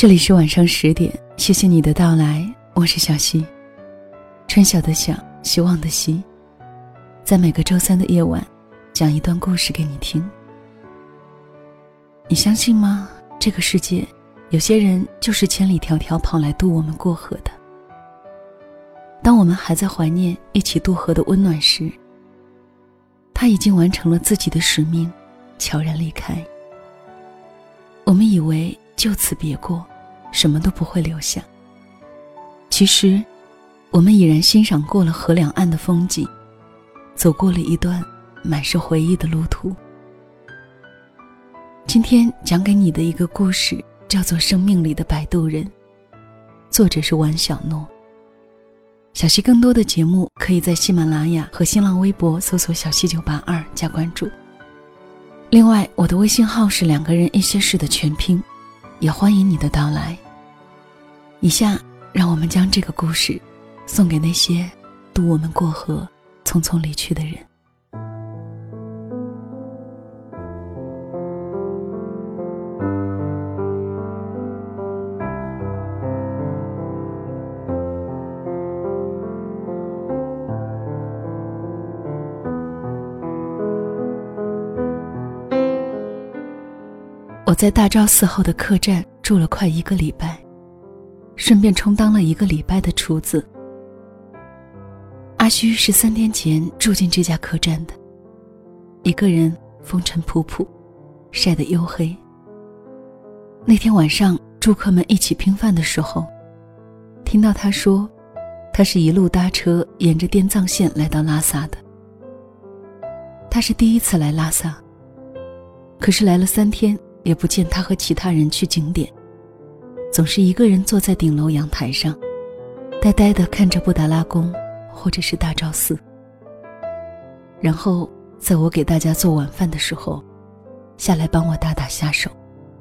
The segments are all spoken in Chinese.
这里是晚上10点，谢谢你的到来，我是小溪，春晓的晓，希望的希，在每个周三的夜晚讲一段故事给你听。你相信吗？这个世界有些人就是千里迢迢跑来渡我们过河的。当我们还在怀念一起渡河的温暖时，他已经完成了自己的使命，悄然离开。我们以为就此别过，什么都不会留下。其实我们已然欣赏过了河两岸的风景，走过了一段满是回忆的路途。今天讲给你的一个故事叫做《生命里的摆渡人》，作者是王小诺。小溪更多的节目可以在喜马拉雅和新浪微博搜索小溪982加关注。另外，我的微信号是2个人一些事的全拼，也欢迎你的到来。以下让我们将这个故事送给那些渡我们过河匆匆离去的人。我在大昭寺后的客栈住了快1个礼拜，顺便充当了1个礼拜的厨子。阿虚是3天前住进这家客栈的，一个人风尘仆仆，晒得黝黑。那天晚上住客们一起拼饭的时候，听到他说他是一路搭车沿着滇藏线来到拉萨的。他是第一次来拉萨，可是来了3天也不见他和其他人去景点，总是一个人坐在顶楼阳台上，呆呆地看着布达拉宫或者是大昭寺。然后在我给大家做晚饭的时候，下来帮我打打下手。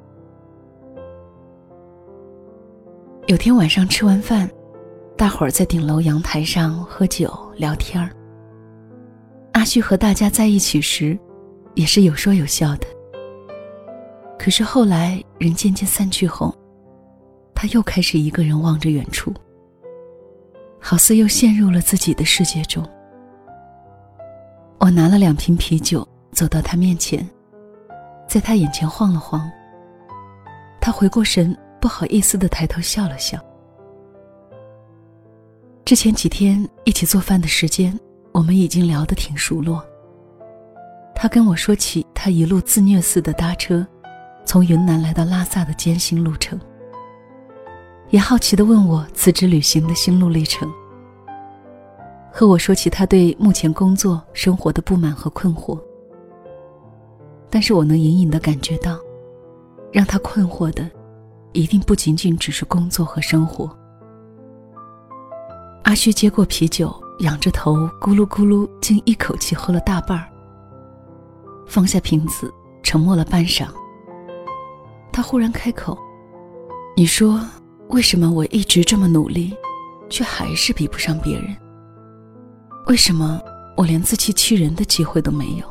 有天晚上吃完饭，大伙儿在顶楼阳台上喝酒聊天儿。阿虚和大家在一起时也是有说有笑的，可是后来人渐渐散去后，他又开始一个人望着远处，好似又陷入了自己的世界中。我拿了2瓶啤酒走到他面前，在他眼前晃了晃。他回过神，不好意思地抬头笑了笑。之前几天一起做饭的时间，我们已经聊得挺熟络。他跟我说起他一路自虐似的搭车从云南来到拉萨的艰辛路程，也好奇地问我辞职旅行的心路历程，和我说起他对目前工作生活的不满和困惑。但是我能隐隐地感觉到，让他困惑的一定不仅仅只是工作和生活。阿虚接过啤酒，仰着头咕噜咕噜竟一口气喝了大半儿，放下瓶子沉默了半晌。他忽然开口，你说为什么我一直这么努力，却还是比不上别人？为什么我连自欺欺人的机会都没有？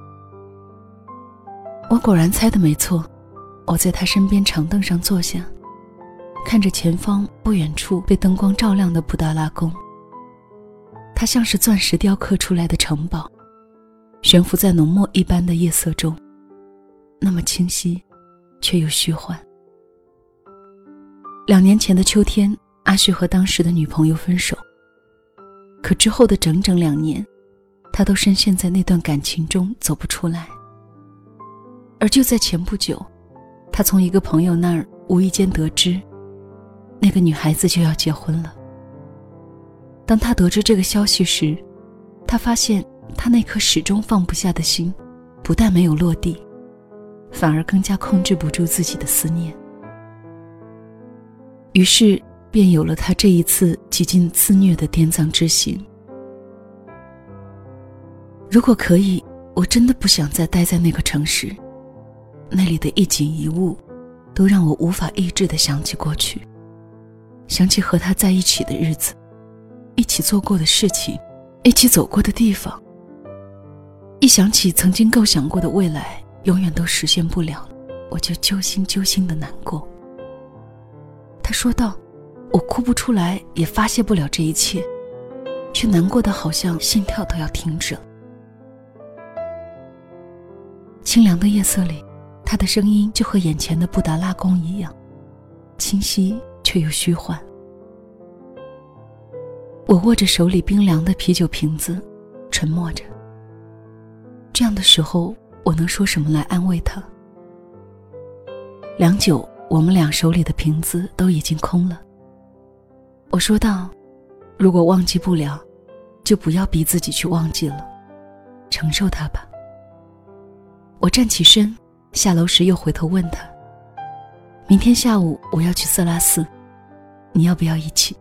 我果然猜得没错，我在他身边长凳上坐下，看着前方不远处被灯光照亮的布达拉宫。它像是钻石雕刻出来的城堡，悬浮在浓墨一般的夜色中，那么清晰却又虚幻。2年前的秋天，阿旭和当时的女朋友分手，可之后的整整2年，他都深陷在那段感情中走不出来。而就在前不久，他从一个朋友那儿无意间得知，那个女孩子就要结婚了。当他得知这个消息时，他发现他那颗始终放不下的心，不但没有落地，反而更加控制不住自己的思念。于是便有了他这一次极尽自虐的滇藏之行。如果可以，我真的不想再待在那个城市，那里的一景一物都让我无法抑制地想起过去，想起和他在一起的日子，一起做过的事情，一起走过的地方。一想起曾经构想过的未来永远都实现不了，我就揪心揪心的难过。 他说道，我哭不出来，也发泄不了这一切，却难过的好像心跳都要停止了。清凉的夜色里，他的声音就和眼前的布达拉宫一样，清晰却又虚幻。我握着手里冰凉的啤酒瓶子，沉默着。这样的时候，我能说什么来安慰他？良久，我们俩手里的瓶子都已经空了。我说道，如果忘记不了，就不要逼自己去忘记了，承受它吧。我站起身，下楼时又回头问他，明天下午我要去色拉寺，你要不要一起？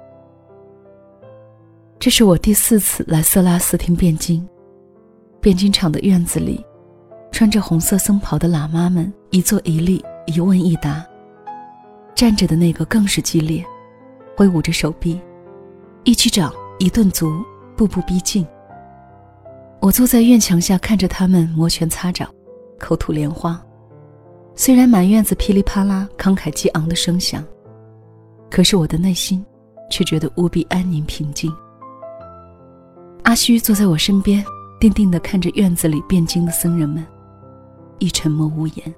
这是我第4次来色拉寺听辩经。辩经场的院子里，穿着红色僧袍的喇嘛们一坐一立，一问一答。站着的那个更是激烈，挥舞着手臂，一击掌一顿足，步步逼近。我坐在院墙下看着他们摩拳擦掌，口吐莲花。虽然满院子噼里啪啦慷慨激昂的声响，可是我的内心却觉得无比安宁平静。阿虚坐在我身边，定定地看着院子里辩经的僧人们，亦沉默无言。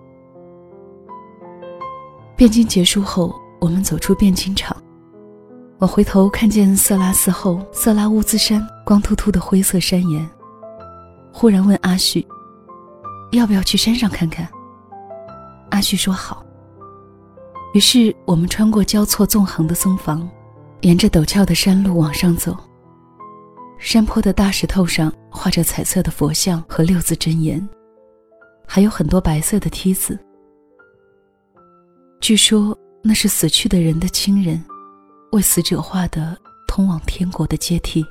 辩经结束后，我们走出辩经场。我回头看见色拉寺后色拉乌兹山光秃秃的灰色山岩，忽然问阿旭，要不要去山上看看？阿旭说好。于是我们穿过交错纵横的僧房，沿着陡峭的山路往上走。山坡的大石头上画着彩色的佛像和6字真言，还有很多白色的梯子。据说那是死去的人的亲人为死者画的通往天国的阶梯。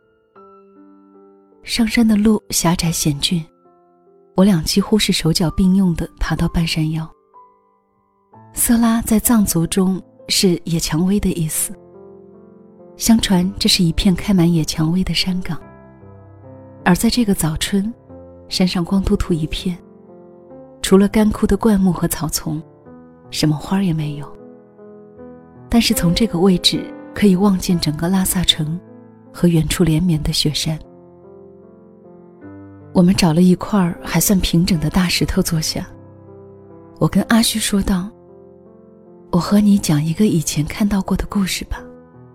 上山的路狭窄险峻，我俩几乎是手脚并用地爬到半山腰。色拉在藏族中是野蔷薇的意思，相传这是一片开满野蔷薇的山岗。而在这个早春，山上光秃秃一片，除了干枯的灌木和草丛，什么花也没有。但是从这个位置可以望见整个拉萨城和远处连绵的雪山。我们找了一块还算平整的大石头坐下，我跟阿虚说道，我和你讲一个以前看到过的故事吧。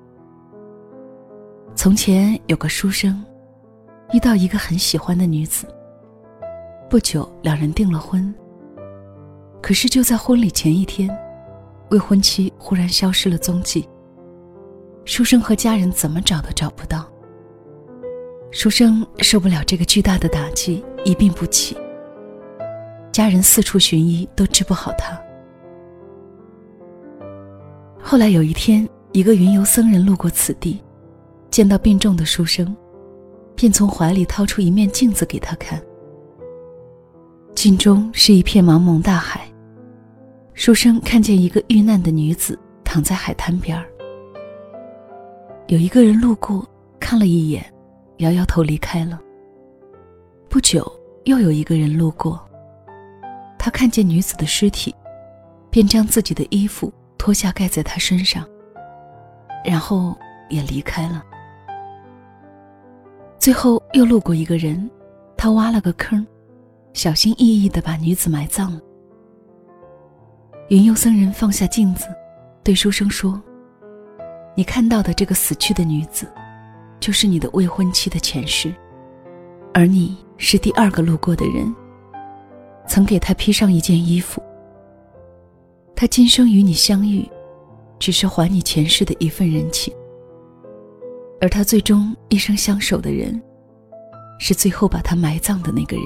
从前有个书生遇到一个很喜欢的女子，不久两人订了婚。可是就在婚礼前一天，未婚妻忽然消失了踪迹，书生和家人怎么找都找不到。书生受不了这个巨大的打击，一病不起，家人四处寻医都治不好他。后来有一天，一个云游僧人路过此地，见到病重的书生，便从怀里掏出一面镜子给他看。镜中是一片茫茫大海，书生看见一个遇难的女子躺在海滩边。有一个人路过，看了一眼，摇摇头离开了。不久又有一个人路过，他看见女子的尸体，便将自己的衣服脱下盖在她身上，然后也离开了。最后又路过一个人，他挖了个坑，小心翼翼地把女子埋葬了。云游僧人放下镜子，对书生说，你看到的这个死去的女子，就是你的未婚妻的前世，而你是第2个路过的人，曾给她披上一件衣服。她今生与你相遇，只是还你前世的一份人情，而她最终一生相守的人，是最后把她埋葬的那个人。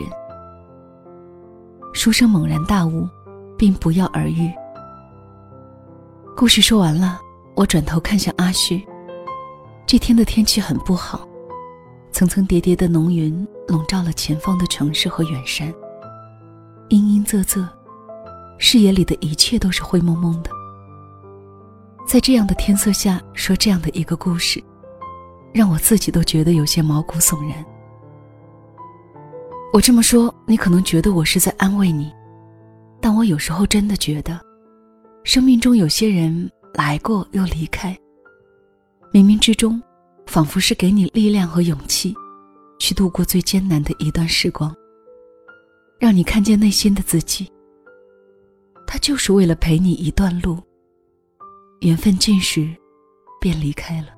书生猛然大悟，并不药而愈。故事说完了，我转头看向阿虚。这天的天气很不好，层层叠叠的浓云笼罩了前方的城市和远山，阴阴仄仄，视野里的一切都是灰蒙蒙的。在这样的天色下说这样的一个故事，让我自己都觉得有些毛骨悚然。我这么说，你可能觉得我是在安慰你，但我有时候真的觉得， 生命中有些人来过又离开，冥冥之中仿佛是给你力量和勇气，去度过最艰难的一段时光，让你看见内心的自己。他就是为了陪你一段路，缘分尽时便离开了。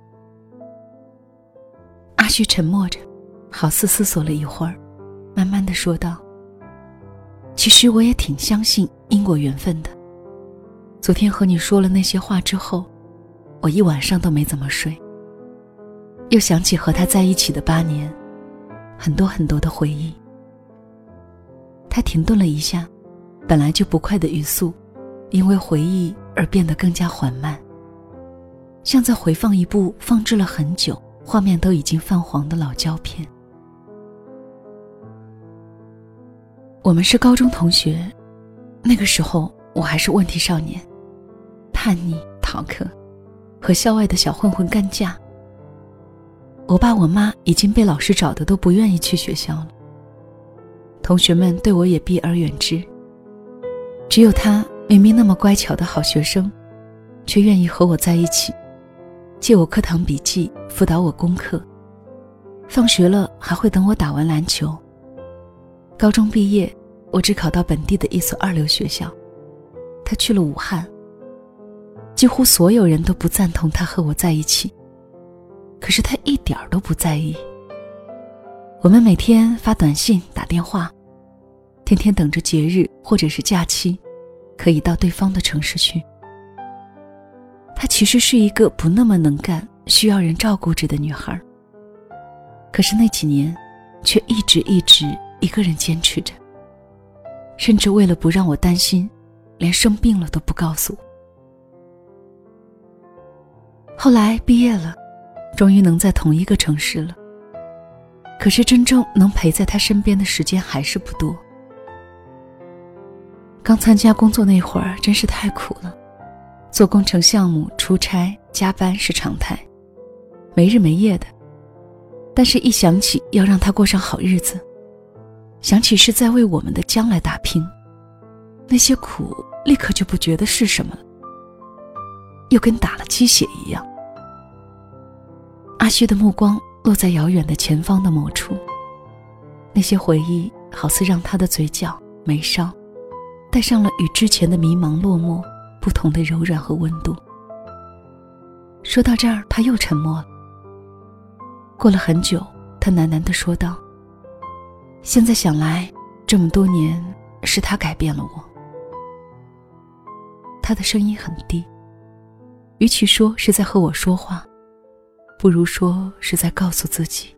阿旭沉默着，好似思索了一会儿，慢慢地说道：其实我也挺相信因果缘分的。昨天和你说了那些话之后，我一晚上都没怎么睡，又想起和他在一起的8年，很多很多的回忆。他停顿了一下，本来就不快的语速因为回忆而变得更加缓慢，像在回放一部放置了很久，画面都已经泛黄的老胶片。我们是高中同学，那个时候我还是问题少年，叛逆、逃课，和校外的小混混干架。我爸我妈已经被老师找的都不愿意去学校了，同学们对我也避而远之，只有他明明那么乖巧的好学生，却愿意和我在一起，借我课堂笔记，辅导我功课，放学了还会等我打完篮球。高中毕业，我只考到本地的一所2流学校，他去了武汉。几乎所有人都不赞同他和我在一起，可是他一点儿都不在意。我们每天发短信打电话，天天等着节日或者是假期，可以到对方的城市去。她其实是一个不那么能干，需要人照顾着的女孩，可是那几年却一直一个人坚持着，甚至为了不让我担心，连生病了都不告诉我。后来毕业了，终于能在同一个城市了，可是真正能陪在他身边的时间还是不多。刚参加工作那会儿真是太苦了，做工程项目、出差、加班是常态，没日没夜的。但是一想起要让他过上好日子，想起是在为我们的将来打拼，那些苦立刻就不觉得是什么了，又跟打了鸡血一样。阿旭的目光落在遥远的前方的某处，那些回忆好似让他的嘴角、眉梢带上了与之前的迷茫落寞不同的柔软和温度。说到这儿，他又沉默了。过了很久，他喃喃地说道：现在想来，这么多年是他改变了我。他的声音很低，与其说是在和我说话，不如说是在告诉自己。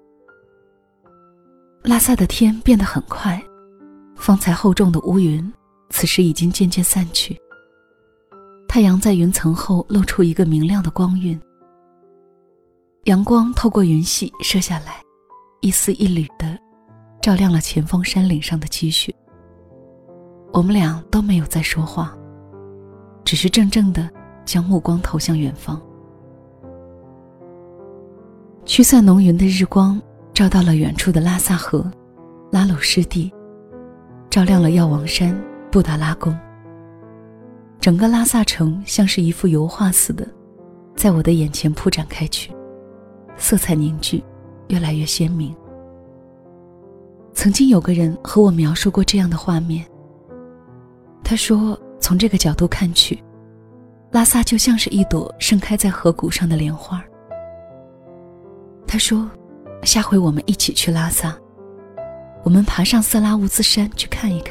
拉萨的天变得很快，方才厚重的乌云此时已经渐渐散去，太阳在云层后露出一个明亮的光晕，阳光透过云隙射下来，一丝一缕地照亮了前方山岭上的积雪。我们俩都没有再说话，只是怔怔地将目光投向远方。驱散浓云的日光照到了远处的拉萨河、拉鲁湿地，照亮了药王山、布达拉宫。整个拉萨城像是一幅油画似的，在我的眼前铺展开去，色彩凝聚，越来越鲜明。曾经有个人和我描述过这样的画面，他说从这个角度看去，拉萨就像是一朵盛开在河谷上的莲花。他说下回我们一起去拉萨，我们爬上色拉乌兹山去看一看。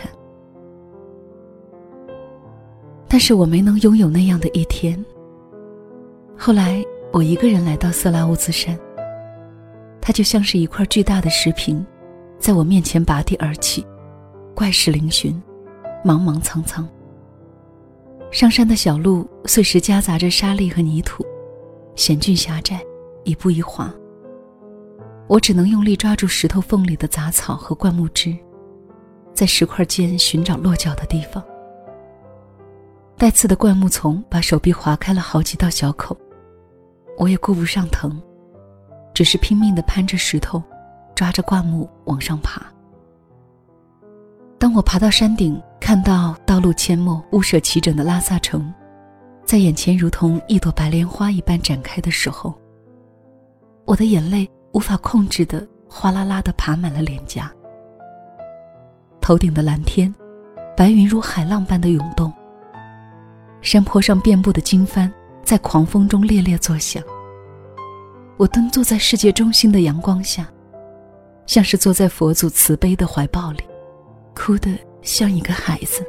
但是我没能拥有那样的一天。后来我一个人来到色拉乌兹山，它就像是一块巨大的石屏，在我面前拔地而起，怪石嶙峋，茫茫苍苍。上山的小路碎石夹杂着沙砾和泥土，险峻狭窄，一步一滑。我只能用力抓住石头缝里的杂草和灌木枝，在石块间寻找落脚的地方。带刺的灌木丛把手臂划开了好几道小口，我也顾不上疼，只是拼命地攀着石头，抓着灌木往上爬。当我爬到山顶， 看到道路阡陌、屋舍齐整的拉萨城在眼前如同一朵白莲花一般展开的时候，我的眼泪无法控制地哗啦啦地爬满了脸颊。头顶的蓝天，白云如海浪般的涌动，山坡上遍布的经幡在狂风中猎猎作响。我蹲坐在世界中心的阳光下，像是坐在佛祖慈悲的怀抱里，哭得像一个孩子。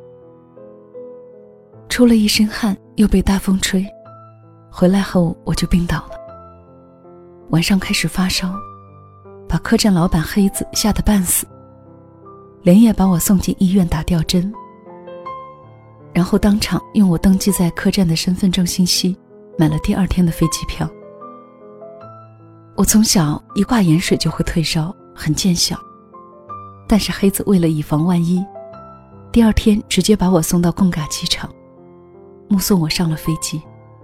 出了一身汗，又被大风吹，回来后我就病倒了。晚上开始发烧，把客栈老板黑子吓得半死，连夜把我送进医院打吊针，然后当场用我登记在客栈的身份证信息买了第2天的飞机票。我从小一挂盐水就会退烧，很见效，但是黑子为了以防万一，第2天直接把我送到贡嘎机场，目送我上了飞机。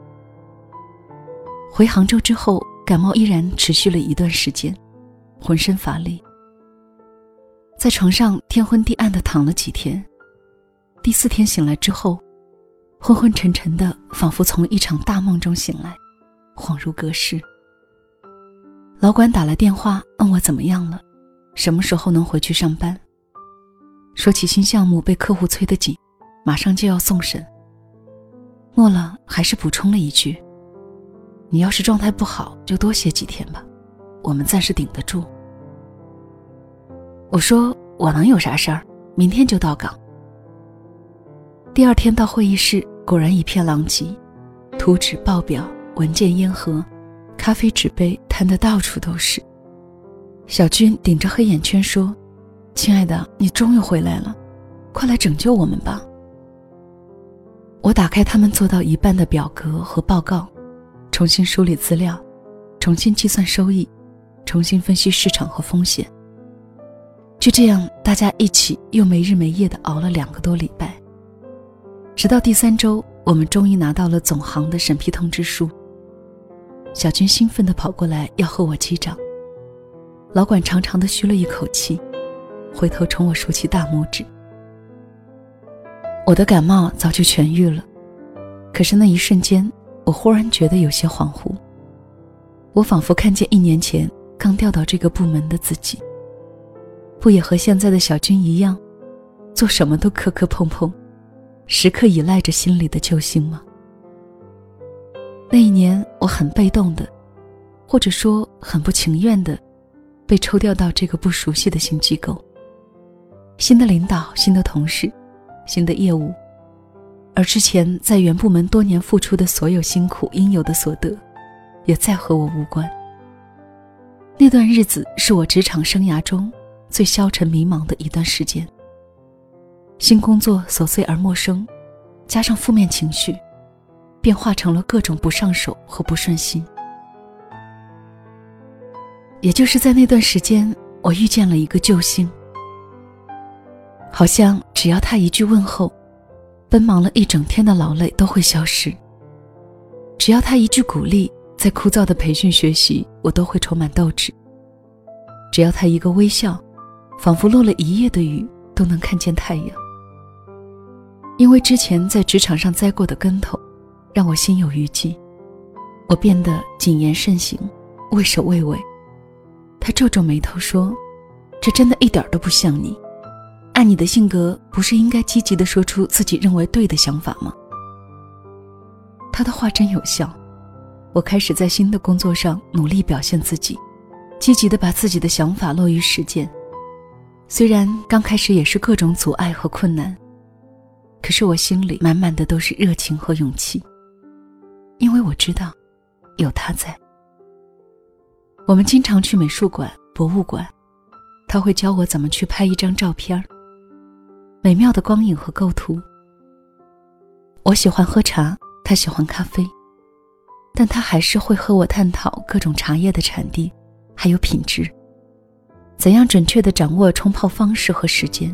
回杭州之后，感冒依然持续了一段时间，浑身乏力，在床上天昏地暗地躺了几天。第4天醒来之后，昏昏沉沉的，仿佛从一场大梦中醒来，恍如隔世。老管打来电话问我怎么样了，什么时候能回去上班，说起新项目被客户催得紧，马上就要送审。末了还是补充了一句，你要是状态不好就多歇几天吧，我们暂时顶得住。我说我能有啥事儿，明天就到岗。第2天到会议室，果然一片狼藉，图纸、报表、文件、烟盒、咖啡纸杯摊得到处都是。小军顶着黑眼圈说，亲爱的，你终于回来了，快来拯救我们吧。我打开他们做到一半的表格和报告，重新梳理资料，重新计算收益，重新分析市场和风险。就这样，大家一起又没日没夜地熬了2个多礼拜，直到第3周，我们终于拿到了总行的审批通知书。小军兴奋地跑过来要和我击掌，老管长长地吁了一口气，回头冲我竖起大拇指。我的感冒早就痊愈了，可是那一瞬间，我忽然觉得有些恍惚。我仿佛看见1年前刚调到这个部门的自己，不也和现在的小军一样，做什么都磕磕碰碰，时刻依赖着心里的救星吗？那一年我很被动的，或者说很不情愿的，被抽调到这个不熟悉的新机构，新的领导，新的同事，新的业务，而之前在原部门多年付出的所有辛苦应有的所得，也再和我无关。那段日子是我职场生涯中最消沉迷茫的一段时间。新工作琐碎而陌生，加上负面情绪，便化成了各种不上手和不顺心。也就是在那段时间，我遇见了一个救星。好像只要他一句问候，奔忙了一整天的劳累都会消失；只要他一句鼓励，在枯燥的培训学习，我都会充满斗志；只要他一个微笑，仿佛落了一夜的雨，都能看见太阳。因为之前在职场上栽过的跟头，让我心有余悸，我变得谨言慎行，畏首畏尾。他皱皱眉头说，这真的一点都不像你，按你的性格，不是应该积极地说出自己认为对的想法吗？他的话真有效，我开始在新的工作上努力表现自己，积极地把自己的想法落于实践。虽然刚开始也是各种阻碍和困难，可是我心里满满的都是热情和勇气，因为我知道有他在。我们经常去美术馆、博物馆，他会教我怎么去拍一张照片，美妙的光影和构图。我喜欢喝茶，他喜欢咖啡，但他还是会和我探讨各种茶叶的产地，还有品质，怎样准确地掌握冲泡方式和时间。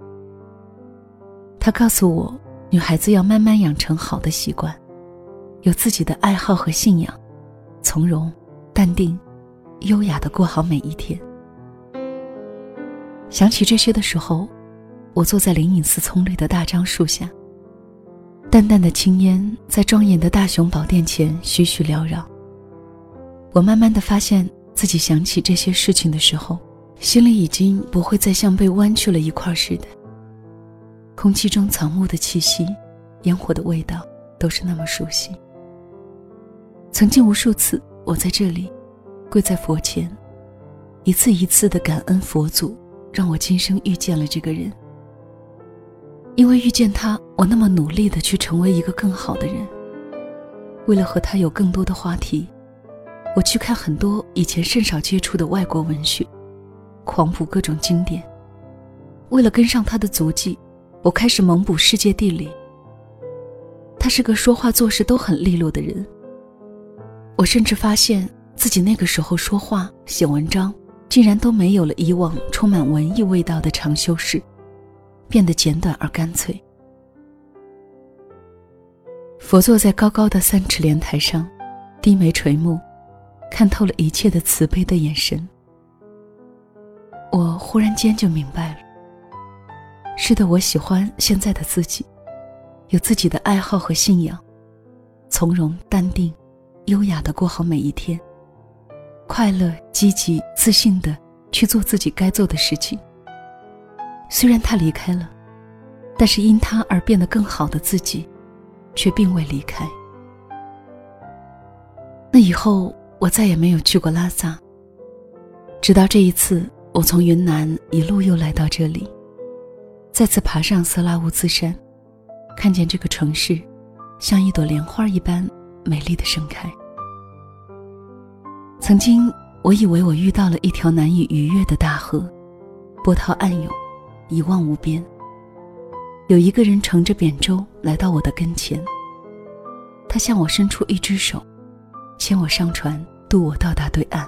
他告诉我，女孩子要慢慢养成好的习惯，有自己的爱好和信仰，从容、淡定、优雅地过好每一天。想起这些的时候， 我坐在灵隐寺葱绿的大樟树下，淡淡的青烟在庄严的大雄宝殿前徐徐缭绕。我慢慢地发现自己想起这些事情的时候，心里已经不会再像被弯去了一块似的。空气中草木的气息，烟火的味道都是那么熟悉。曾经无数次我在这里跪在佛前，一次一次地感恩佛祖让我今生遇见了这个人。因为遇见他，我那么努力地去成为一个更好的人。为了和他有更多的话题，我去看很多以前甚少接触的外国文学，狂补各种经典。为了跟上他的足迹，我开始猛补世界地理。他是个说话做事都很利落的人。我甚至发现自己那个时候说话写文章竟然都没有了以往充满文艺味道的长修饰，变得简短而干脆。佛坐在高高的3尺莲台上，低眉垂目，看透了一切的慈悲的眼神。我忽然间就明白了，是的，我喜欢现在的自己，有自己的爱好和信仰，从容淡定优雅地过好每一天，快乐积极自信地去做自己该做的事情。虽然他离开了，但是因他而变得更好的自己却并未离开。那以后我再也没有去过拉萨，直到这一次我从云南一路又来到这里，再次爬上色拉乌兹山，看见这个城市像一朵莲花一般美丽的盛开。曾经我以为我遇到了一条难以逾越的大河，波涛暗涌，一望无边。有一个人乘着扁舟来到我的跟前，他向我伸出一只手，牵我上船，渡我到达对岸。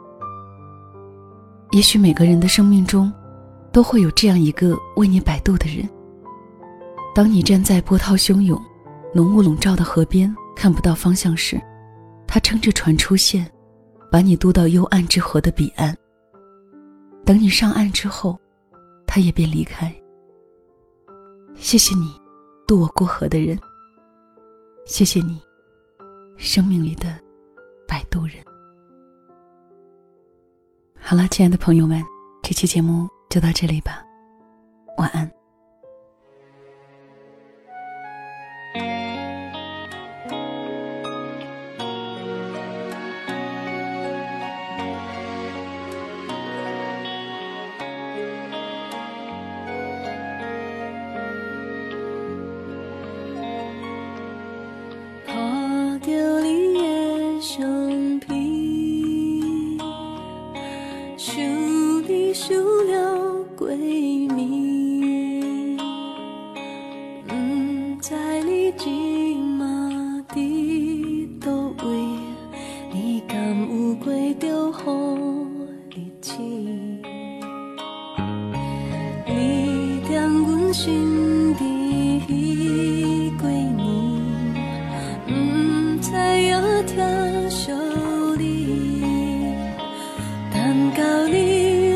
也许每个人的生命中都会有这样一个为你摆渡的人。当你站在波涛汹涌浓雾笼罩的河边看不到方向时，他撑着船出现，把你渡到幽暗之河的彼岸。等你上岸之后，他也便离开。谢谢你，渡我过河的人。谢谢你，生命里的摆渡人。好了，亲爱的朋友们，这期节目就到这里吧，晚安。 想了闺蜜，不知你今嘛伫倒位，你敢有过着好日子？你踮阮心底迄几年，不知影疼惜你，等到你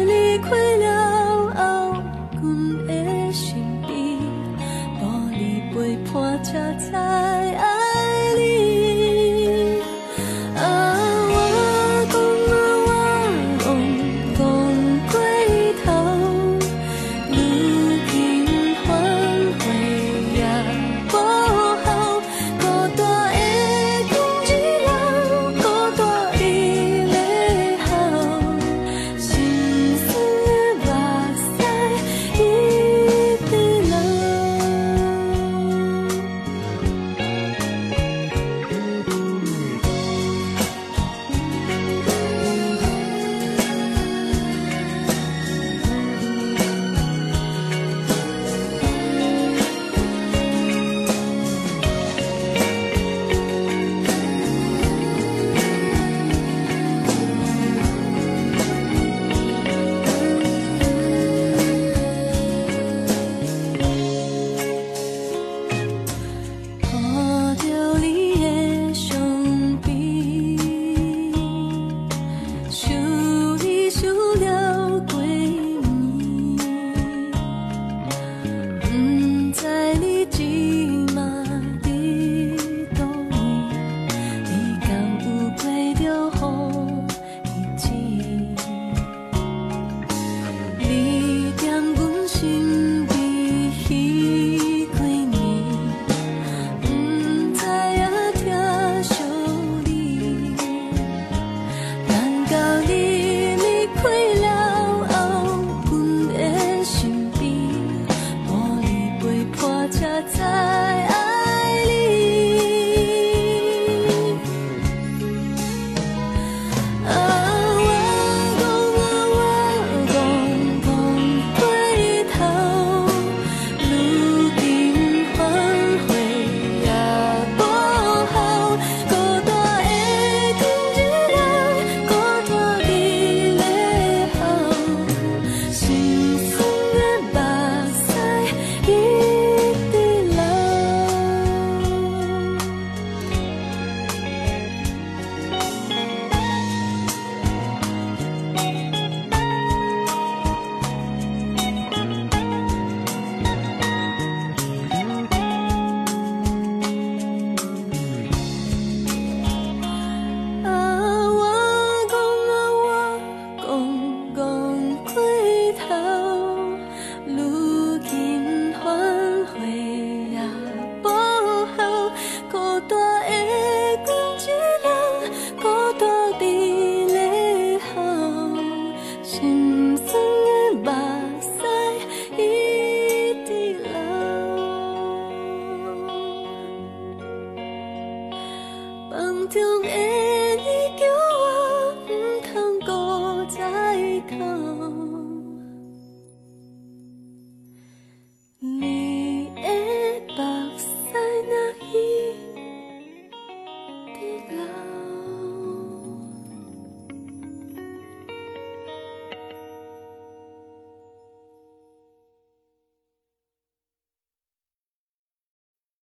才爱你啊！我讲过头，如今反悔也无效。孤单的今日，孤单伊的好，心梦中的